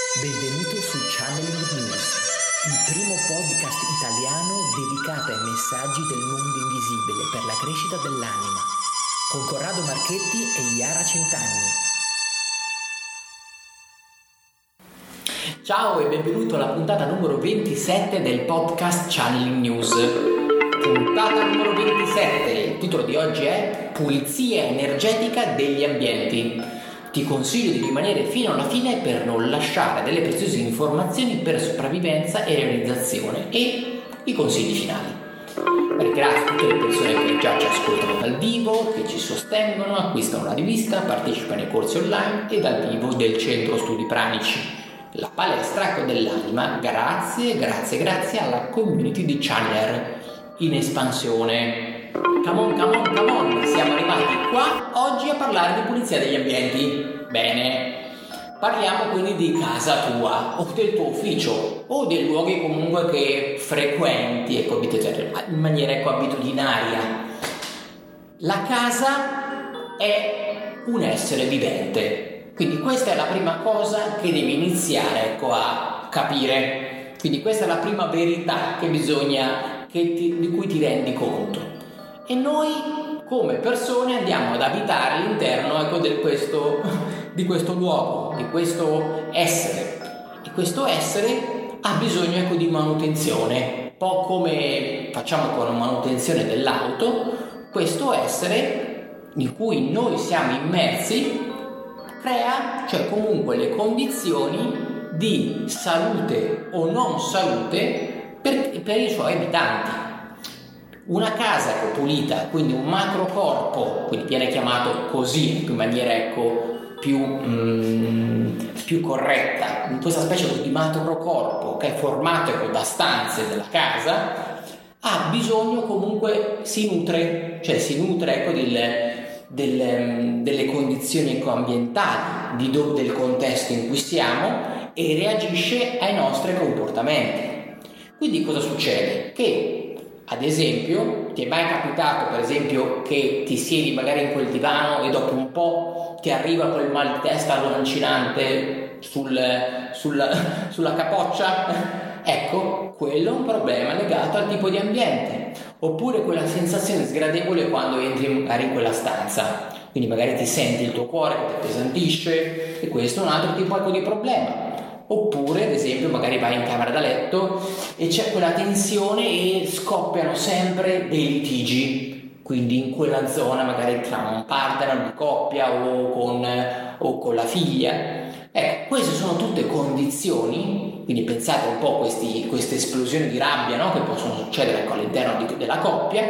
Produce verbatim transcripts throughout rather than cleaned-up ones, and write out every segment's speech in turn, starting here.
Benvenuto su Channeling News, il primo podcast italiano dedicato ai messaggi del mondo invisibile per la crescita dell'anima, con Corrado Marchetti e Iara Centanni. Ciao e benvenuto alla puntata numero ventisette del podcast Channeling News. Puntata numero ventisette, il titolo di oggi è Pulizia energetica degli ambienti. Ti consiglio di rimanere fino alla fine per non lasciare delle preziose informazioni per sopravvivenza e realizzazione e i consigli finali. Ringrazio tutte le persone che già ci ascoltano dal vivo, che ci sostengono, acquistano la rivista, partecipano ai corsi online e dal vivo del Centro Studi Pranici, la palestra Eco dell'Anima. Grazie, grazie, grazie alla community di Channeler in espansione. Come on, come on, come on, siamo arrivati qua oggi a parlare di pulizia degli ambienti. Bene, parliamo quindi di casa tua o del tuo ufficio o dei luoghi comunque che frequenti ecco, in maniera ecco, abitudinaria. La casa è un essere vivente, quindi questa è la prima cosa che devi iniziare ecco, a capire. Quindi questa è la prima verità che bisogna, che ti, di cui ti rendi conto. E noi come persone andiamo ad abitare all'interno ecco, di, questo, di questo luogo, di questo essere. E questo essere ha bisogno ecco, di manutenzione, un po' come facciamo con la manutenzione dell'auto. Questo essere in cui noi siamo immersi crea, cioè comunque le condizioni di salute o non salute per, per i suoi abitanti. Una casa ecco, pulita, quindi un macrocorpo, quindi viene chiamato così in maniera ecco, più, mm, più corretta, in questa specie di macrocorpo che è formato ecco, da stanze della casa, ha bisogno comunque, si nutre, cioè si nutre ecco, del, del, delle condizioni ecco, ambientali, di do, del contesto in cui siamo e reagisce ai nostri comportamenti. Quindi cosa succede? Che ad esempio, ti è mai capitato per esempio che ti siedi magari in quel divano e dopo un po' ti arriva quel mal di testa lancinante sul, sul, sulla capoccia? Ecco, quello è un problema legato al tipo di ambiente. Oppure quella sensazione sgradevole quando entri magari in quella stanza. Quindi magari ti senti il tuo cuore che ti appesantisce e questo è un altro tipo ecco, di problema. Oppure, ad esempio, magari vai in camera da letto e c'è quella tensione e scoppiano sempre dei litigi. Quindi in quella zona, magari tra un partner, una coppia o con, o con la figlia. Ecco, queste sono tutte condizioni, quindi pensate un po' a questi, queste esplosioni di rabbia no? Che possono succedere ecco, all'interno di, della coppia,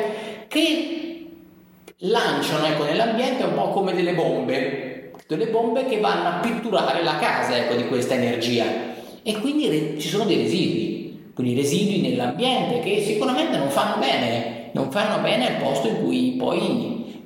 che lanciano ecco, nell'ambiente un po' come delle bombe. delle bombe che vanno a pitturare la casa ecco, di questa energia e quindi re- ci sono dei residui, quindi residui nell'ambiente che sicuramente non fanno bene, non fanno bene al posto in cui poi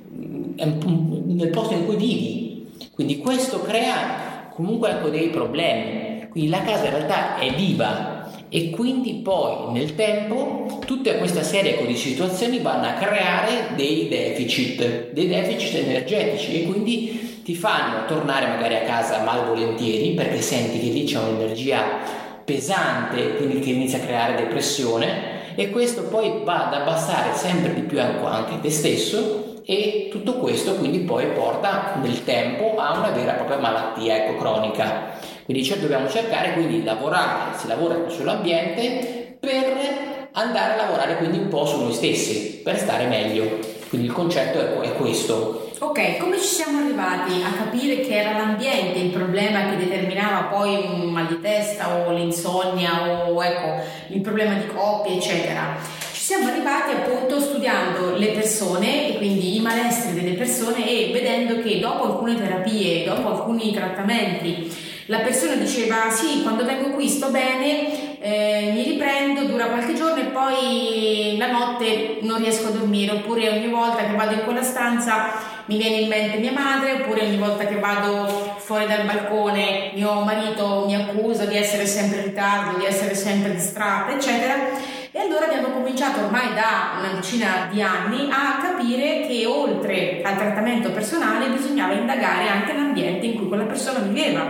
nel posto in cui vivi, quindi questo crea comunque ecco, dei problemi, quindi la casa in realtà è viva e quindi poi nel tempo tutta questa serie ecco, di situazioni vanno a creare dei deficit, dei deficit energetici e quindi ti fanno tornare magari a casa malvolentieri perché senti che lì c'è un'energia pesante, quindi che inizia a creare depressione e questo poi va ad abbassare sempre di più anche te stesso e tutto questo quindi poi porta nel tempo a una vera e propria malattia ecco, cronica. Quindi cioè, dobbiamo cercare quindi di lavorare, si lavora sull'ambiente per andare a lavorare quindi un po' su noi stessi, per stare meglio. Quindi il concetto è, è questo. Ok, come ci siamo arrivati a capire che era l'ambiente il problema che determinava poi un mal di testa o l'insonnia o ecco il problema di coppia eccetera? Ci siamo arrivati appunto studiando le persone e quindi i malestri delle persone e vedendo che dopo alcune terapie, dopo alcuni trattamenti la persona diceva sì, quando vengo qui sto bene, eh, mi riprendo, dura qualche giorno e poi la notte non riesco a dormire, oppure ogni volta che vado in quella stanza mi viene in mente mia madre, oppure ogni volta che vado fuori dal balcone mio marito mi accusa di essere sempre in ritardo, di essere sempre distratta eccetera. E allora abbiamo cominciato ormai da una decina di anni a capire che oltre al trattamento personale bisognava indagare anche l'ambiente in cui quella persona viveva.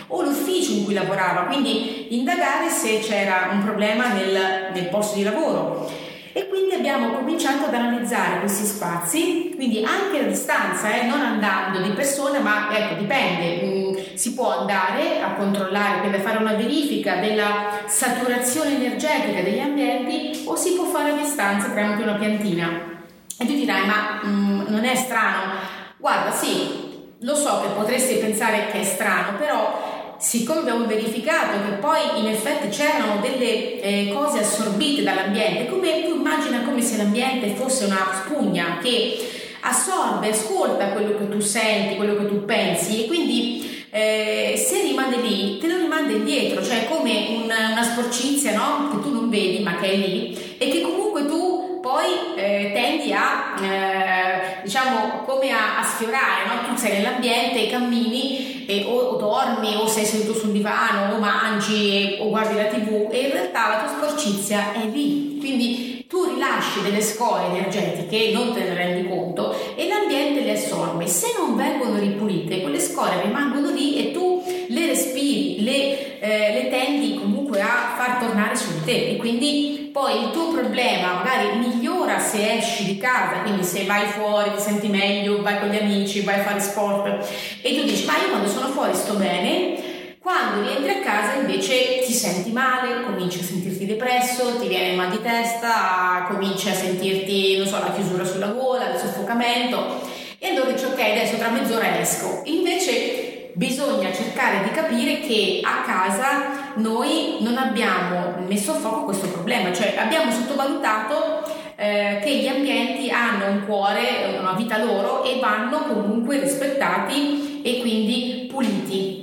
o l'ufficio in cui lavorava, quindi indagare se c'era un problema nel, nel posto di lavoro. E quindi abbiamo cominciato ad analizzare questi spazi, quindi anche a distanza, eh, non andando di persona, ma ecco, dipende, mm, si può andare a controllare, quindi a fare una verifica della saturazione energetica degli ambienti, o si può fare a distanza tramite una piantina. E tu dirai, ma mm, non è strano? Guarda, sì, lo so che potresti pensare che è strano, però siccome abbiamo verificato che poi in effetti c'erano delle eh, cose assorbite dall'ambiente, come tu immagina come se l'ambiente fosse una spugna che assorbe, ascolta quello che tu senti, quello che tu pensi, e quindi eh, se rimane lì te lo rimanda indietro, cioè come un, una sporcizia, no? Che tu non vedi ma che è lì e che comunque tu poi eh, tendi a eh, diciamo come a, a sfiorare, no? Tu sei nell'ambiente, cammini e o, o dormi o sei seduto sul divano o mangi o guardi la tv e in realtà la tua sporcizia è lì, quindi tu rilasci delle scorie energetiche, non te ne rendi conto, e l'ambiente le assorbe. Se non vengono ripulite, quelle scorie rimangono lì e tu le respiri, le, eh, le tendi comunque a far tornare su di te, e quindi poi il tuo problema magari migliora se esci di casa, quindi se vai fuori ti senti meglio, vai con gli amici, vai a fare sport e tu dici, ma io quando sono fuori sto bene. Quando rientri a casa invece ti senti male, cominci a sentirti depresso, ti viene mal di testa, cominci a sentirti, non so, la chiusura sulla gola, il soffocamento, e allora dici ok, adesso tra mezz'ora esco. Invece bisogna cercare di capire che a casa noi non abbiamo messo a fuoco questo problema, cioè abbiamo sottovalutato eh, che gli ambienti hanno un cuore, una vita loro, e vanno comunque rispettati e quindi puliti.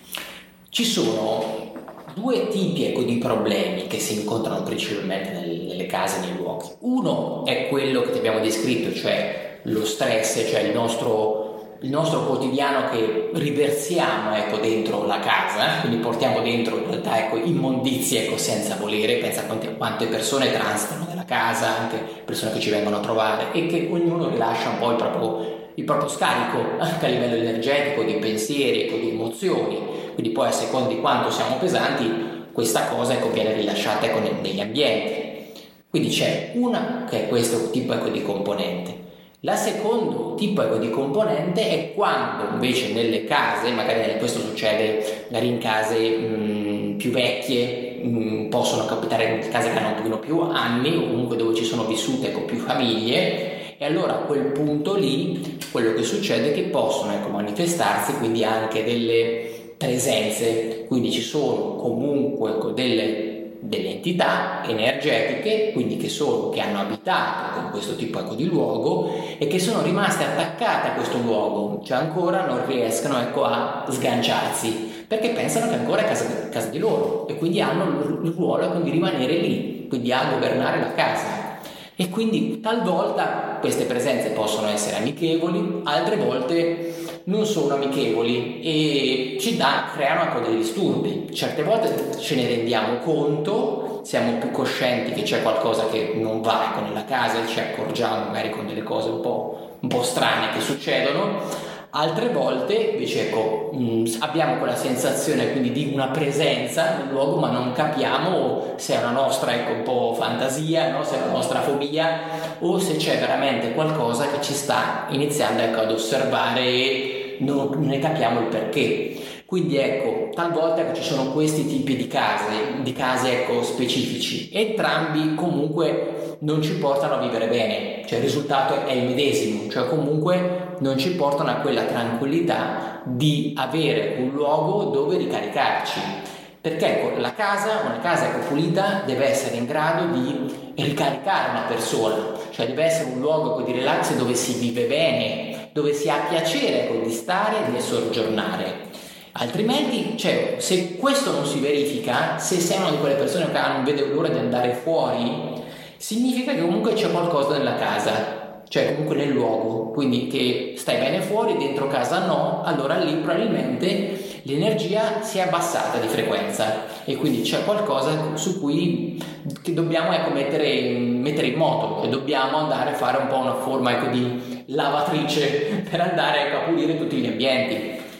Ci sono due tipi ecco, di problemi che si incontrano principalmente nelle case, nei luoghi. Uno è quello che ti abbiamo descritto, cioè lo stress, cioè il nostro, il nostro quotidiano che riversiamo ecco, dentro la casa, quindi portiamo dentro in realtà ecco, immondizie ecco, senza volere. Pensa a quante, quante persone transitano nella casa, anche persone che ci vengono a trovare, e che ognuno rilascia un po' il proprio, il proprio scarico anche a livello energetico, di pensieri, ecco, di emozioni. Quindi poi a seconda di quanto siamo pesanti, questa cosa ecco, viene rilasciata ecco, negli ambienti. Quindi c'è una che è questo tipo ecco, di componente. La secondo tipo ecco, di componente è quando invece nelle case, magari questo succede magari in case mh, più vecchie, mh, possono capitare in case che hanno un pochino più anni, o comunque dove ci sono vissute ecco, più famiglie, e allora a quel punto lì quello che succede è che possono ecco, manifestarsi quindi anche delle presenze, quindi ci sono comunque ecco, delle, delle entità energetiche, quindi che sono che hanno abitato con questo tipo ecco, di luogo e che sono rimaste attaccate a questo luogo, cioè ancora non riescono ecco, a sganciarsi perché pensano che ancora è casa, casa di loro, e quindi hanno il ruolo ecco, di rimanere lì, quindi a governare la casa. E quindi talvolta queste presenze possono essere amichevoli, altre volte non sono amichevoli e ci dà, creano anche dei disturbi. Certe volte ce ne rendiamo conto, siamo più coscienti che c'è qualcosa che non va ecco, nella casa, e ci accorgiamo magari con delle cose un po', un po' strane che succedono. Altre volte invece ecco, mh, abbiamo quella sensazione quindi di una presenza nel luogo, ma non capiamo se è una nostra ecco, un po' fantasia, no? Se è una nostra fobia, o se c'è veramente qualcosa che ci sta iniziando ecco, ad osservare e non ne capiamo il perché. Quindi ecco, talvolta ecco, ci sono questi tipi di case, di case ecco, specifici. Entrambi comunque non ci portano a vivere bene, cioè il risultato è il medesimo, cioè comunque non ci portano a quella tranquillità di avere un luogo dove ricaricarci. Perché ecco, la casa, una casa ecco, pulita deve essere in grado di ricaricare una persona, cioè deve essere un luogo ecco, di relax dove si vive bene, dove si ha piacere ecco, di stare e di soggiornare. Altrimenti, cioè, se questo non si verifica, se sei una di quelle persone che non vede l'ora di andare fuori, significa che comunque c'è qualcosa nella casa, cioè comunque nel luogo, quindi che stai bene fuori, dentro casa no, allora lì probabilmente l'energia si è abbassata di frequenza e quindi c'è qualcosa su cui che dobbiamo ecco, mettere, mettere in moto, e dobbiamo andare a fare un po' una forma ecco, di lavatrice per andare ecco, a pulire tutti gli ambienti.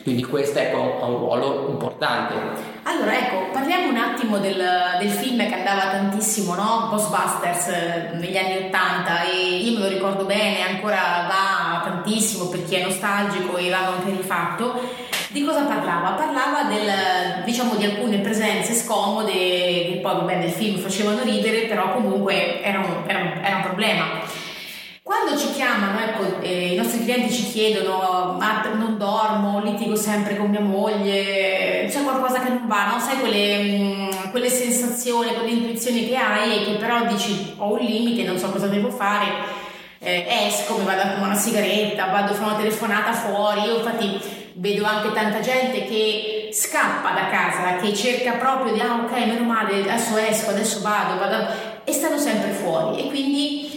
Quindi questo ecco, ha un ruolo importante. Allora ecco, parliamo un attimo del, del film che andava tantissimo, no? Ghostbusters eh, negli anni ottanta, e io me lo ricordo bene, ancora va tantissimo per chi è nostalgico e l'hanno anche rifatto. Di cosa parlava? Parlava del, diciamo, di alcune presenze scomode che poi vabbè nel film facevano ridere, però comunque era un, era un, era un problema. Quando ci chiamano, ecco, eh, i nostri clienti ci chiedono: ma non dormo, litigo sempre con mia moglie, c'è qualcosa che non va, no? Sai quelle, mh, quelle sensazioni, quelle intuizioni che hai e che però dici ho un limite, non so cosa devo fare, eh, esco, mi vado a fumare una sigaretta, vado a fare una telefonata fuori. Io infatti vedo anche tanta gente che scappa da casa, che cerca proprio di ah ok, meno male, adesso esco, adesso vado, vado e stanno sempre fuori, e quindi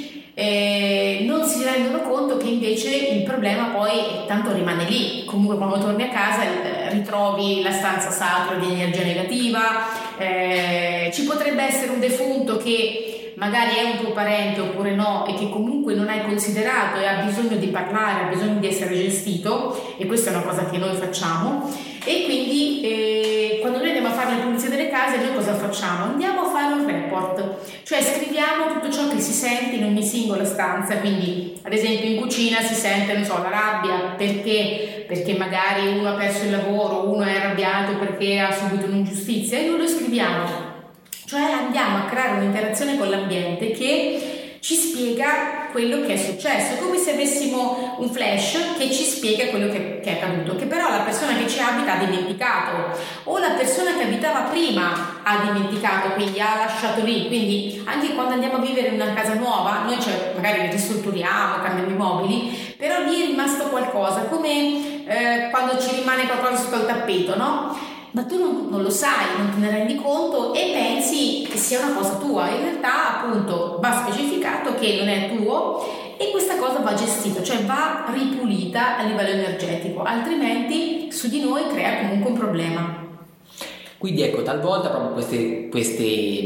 Eh, non si rendono conto che invece il problema poi tanto rimane lì. Comunque quando torni a casa eh, ritrovi la stanza satura di energia negativa, eh, ci potrebbe essere un defunto che magari è un tuo parente oppure no e che comunque non hai considerato e ha bisogno di parlare, ha bisogno di essere gestito, e questa è una cosa che noi facciamo. E quindi eh, quando noi andiamo a fare le pulizie delle case, noi cosa facciamo? Andiamo a fare un report, cioè scriviamo tutto ciò che si sente in ogni singola stanza. Quindi ad esempio in cucina si sente, non so, la rabbia, perché? Perché magari uno ha perso il lavoro, uno è arrabbiato perché ha subito un'ingiustizia, e noi lo scriviamo. Cioè andiamo a creare un'interazione con l'ambiente che ci spiega quello che è successo, è come se avessimo un flash che ci spiega quello che, che è accaduto, che però la persona che ci abita ha dimenticato, o la persona che abitava prima ha dimenticato, quindi ha lasciato lì. Quindi anche quando andiamo a vivere in una casa nuova, noi cioè, magari ristrutturiamo, cambiamo i mobili, però lì è rimasto qualcosa, come eh, quando ci rimane qualcosa sotto il tappeto, no? Ma tu non, non lo sai, non te ne rendi conto e pensi che sia una cosa tua. In realtà appunto va specificato che non è tuo, e questa cosa va gestita, cioè va ripulita a livello energetico, altrimenti su di noi crea comunque un problema. Quindi ecco, talvolta proprio queste, queste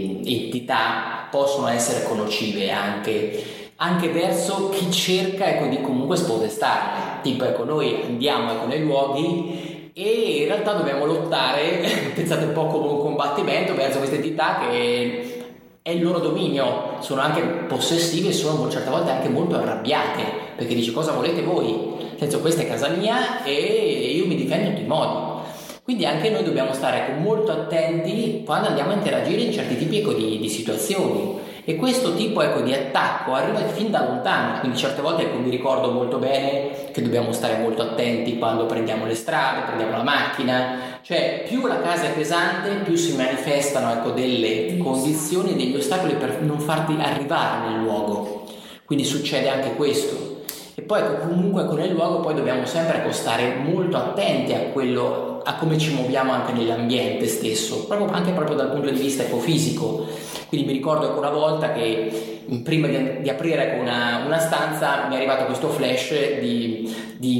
entità possono essere conoscive anche, anche verso chi cerca ecco, di comunque spodestarle. Tipo ecco, noi andiamo ecco, nei luoghi e in realtà dobbiamo lottare, pensate un po' come un combattimento verso queste entità che è il loro dominio, sono anche possessive e sono certe volte anche molto arrabbiate, perché dice cosa volete voi? Nel senso, questa è casa mia e io mi difendo in tutti i modi. Quindi anche noi dobbiamo stare ecco, molto attenti quando andiamo a interagire in certi tipi ecco, di, di situazioni. E questo tipo ecco, di attacco arriva fin da lontano, quindi certe volte ecco, mi ricordo molto bene che dobbiamo stare molto attenti quando prendiamo le strade, prendiamo la macchina, cioè più la casa è pesante, più si manifestano ecco, delle condizioni, degli ostacoli per non farti arrivare nel luogo, quindi succede anche questo. E poi ecco, comunque con il luogo poi dobbiamo sempre ecco, stare molto attenti a quello, a come ci muoviamo anche nell'ambiente stesso, proprio, anche proprio dal punto di vista ecco, fisico. Quindi mi ricordo ecco, una volta che prima di, di aprire ecco, una, una stanza mi è arrivato questo flash di,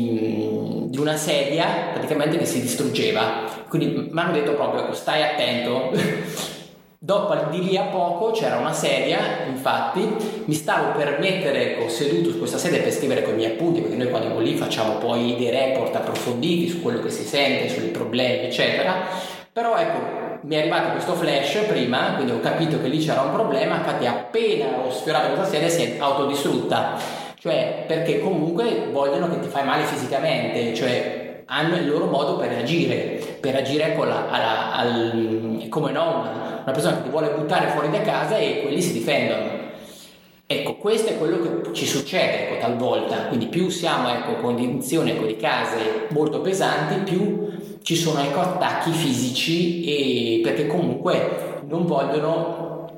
di, di una sedia praticamente che si distruggeva, quindi mi hanno detto proprio ecco, stai attento. Dopo di lì a poco c'era una sedia, infatti mi stavo per mettere ecco, seduto su questa sedia per scrivere con i miei appunti, perché noi quando andiamo lì facciamo poi dei report approfonditi su quello che si sente, sui problemi eccetera, però ecco mi è arrivato questo flash prima, quindi ho capito che lì c'era un problema, infatti appena ho sfiorato questa sedia si è autodistrutta, cioè perché comunque vogliono che ti fai male fisicamente, cioè hanno il loro modo per agire, per agire con la, alla, al, come no, una, una persona che ti vuole buttare fuori da casa e quelli si difendono. Ecco, questo è quello che ci succede ecco, talvolta, quindi più siamo ecco, condizioni ecco, di case molto pesanti, più ci sono ecco, attacchi fisici, e perché comunque non vogliono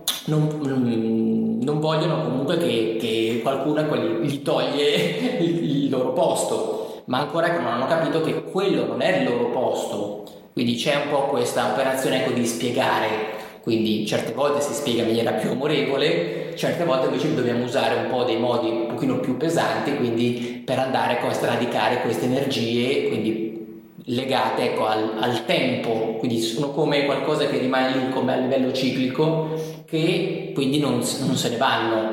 non, non vogliono comunque che, che qualcuno ecco, gli toglie il, il loro posto. Ma ancora che non hanno capito che quello non è il loro posto, quindi c'è un po' questa operazione ecco, di spiegare, quindi certe volte si spiega in maniera più amorevole, certe volte invece dobbiamo usare un po' dei modi un pochino più pesanti, quindi per andare ecco, a sradicare queste energie, quindi legate ecco, al, al tempo, quindi sono come qualcosa che rimane lì come a livello ciclico, che quindi non, non se ne vanno.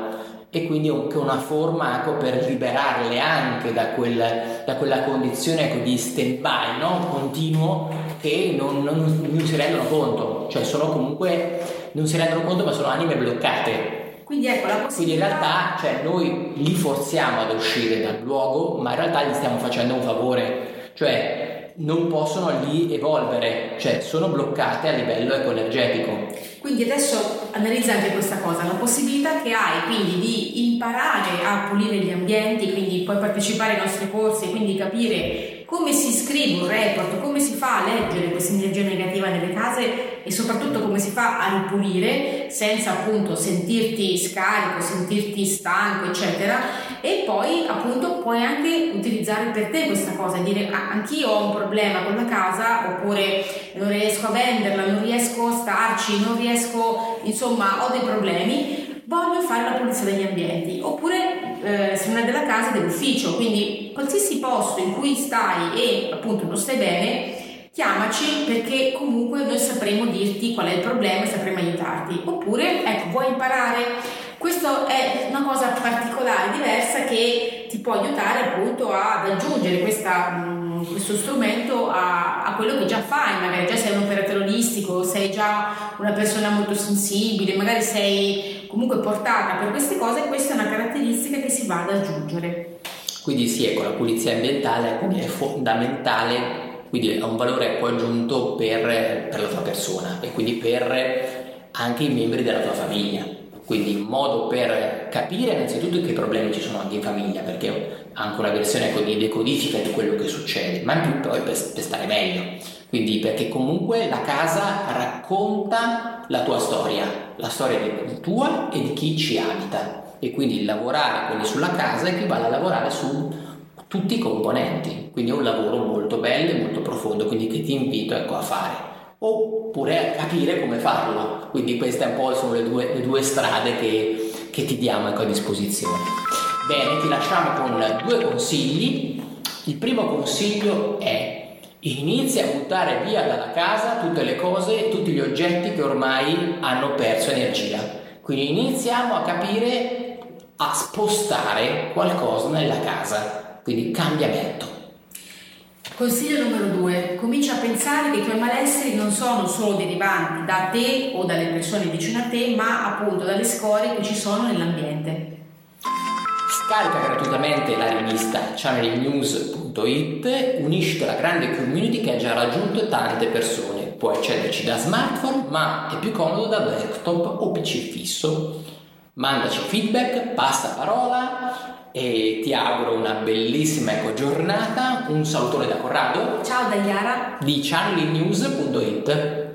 e quindi anche una forma ecco, per liberarle anche da, quel, da quella condizione ecco, di stand-by, no? Continuo, che non, non, non si rendono conto, cioè sono comunque, non si rendono conto ma sono anime bloccate. Quindi ecco la possibilità... Quindi in realtà cioè, noi li forziamo ad uscire dal luogo, ma in realtà gli stiamo facendo un favore, cioè non possono lì evolvere, cioè sono bloccate a livello ecoenergetico. Quindi adesso analizza anche questa cosa, la possibilità che hai quindi di imparare a pulire gli ambienti, quindi puoi partecipare ai nostri corsi, quindi capire come si scrive un report, come si fa a leggere questa energia negativa nelle case e soprattutto come si fa a ripulire senza appunto sentirti scarico, sentirti stanco, eccetera. E poi appunto puoi anche utilizzare per te questa cosa e dire ah, anch'io ho un problema con la casa, oppure non riesco a venderla, non riesco a starci, non riesco, insomma ho dei problemi, voglio fare la pulizia degli ambienti. Oppure eh, se non è della casa, dell'ufficio, quindi qualsiasi posto in cui stai e appunto non stai bene, chiamaci, perché comunque noi sapremo dirti qual è il problema e sapremo aiutarti. Oppure ecco, vuoi imparare, questo è una cosa particolare, diversa, che ti può aiutare appunto ad aggiungere questa, mh, questo strumento a, a quello che già fai. Magari già sei un operatore olistico, sei già una persona molto sensibile, magari sei comunque portata per queste cose, questa è una caratteristica che si va ad aggiungere. Quindi sì, ecco, la pulizia ambientale quindi è fondamentale, quindi ha un valore ecco aggiunto per, per la tua persona e quindi per anche i membri della tua famiglia, quindi in modo per capire innanzitutto che problemi ci sono anche in famiglia, perché è anche una versione ecco, di decodifica di quello che succede, ma in più poi per, per stare meglio, quindi perché comunque la casa racconta la tua storia, la storia di tua e di chi ci abita, e quindi lavorare quindi sulla casa equivale a lavorare su tutti i componenti, quindi è un lavoro molto bello e molto profondo, quindi che ti invito ecco, a fare, oppure a capire come farlo. Quindi queste un po' sono le due, le due strade che, che ti diamo ecco, a disposizione. Bene, ti lasciamo con due consigli. Il primo consiglio è: inizia a buttare via dalla casa tutte le cose, tutti gli oggetti che ormai hanno perso energia. Quindi iniziamo a capire, a spostare qualcosa nella casa, quindi cambiamento. Consiglio numero due: comincia a pensare che i tuoi malesseri non sono solo derivanti da te o dalle persone vicine a te, ma appunto dalle scorie che ci sono nell'ambiente. Scarica gratuitamente la rivista channeling news punto it, unisciti alla grande community che ha già raggiunto tante persone. Puoi accederci da smartphone, ma è più comodo da desktop o P C fisso. Mandaci feedback, passa parola e ti auguro una bellissima ecco, giornata. Un salutone da Corrado. Ciao da Iara di channeling news punto it.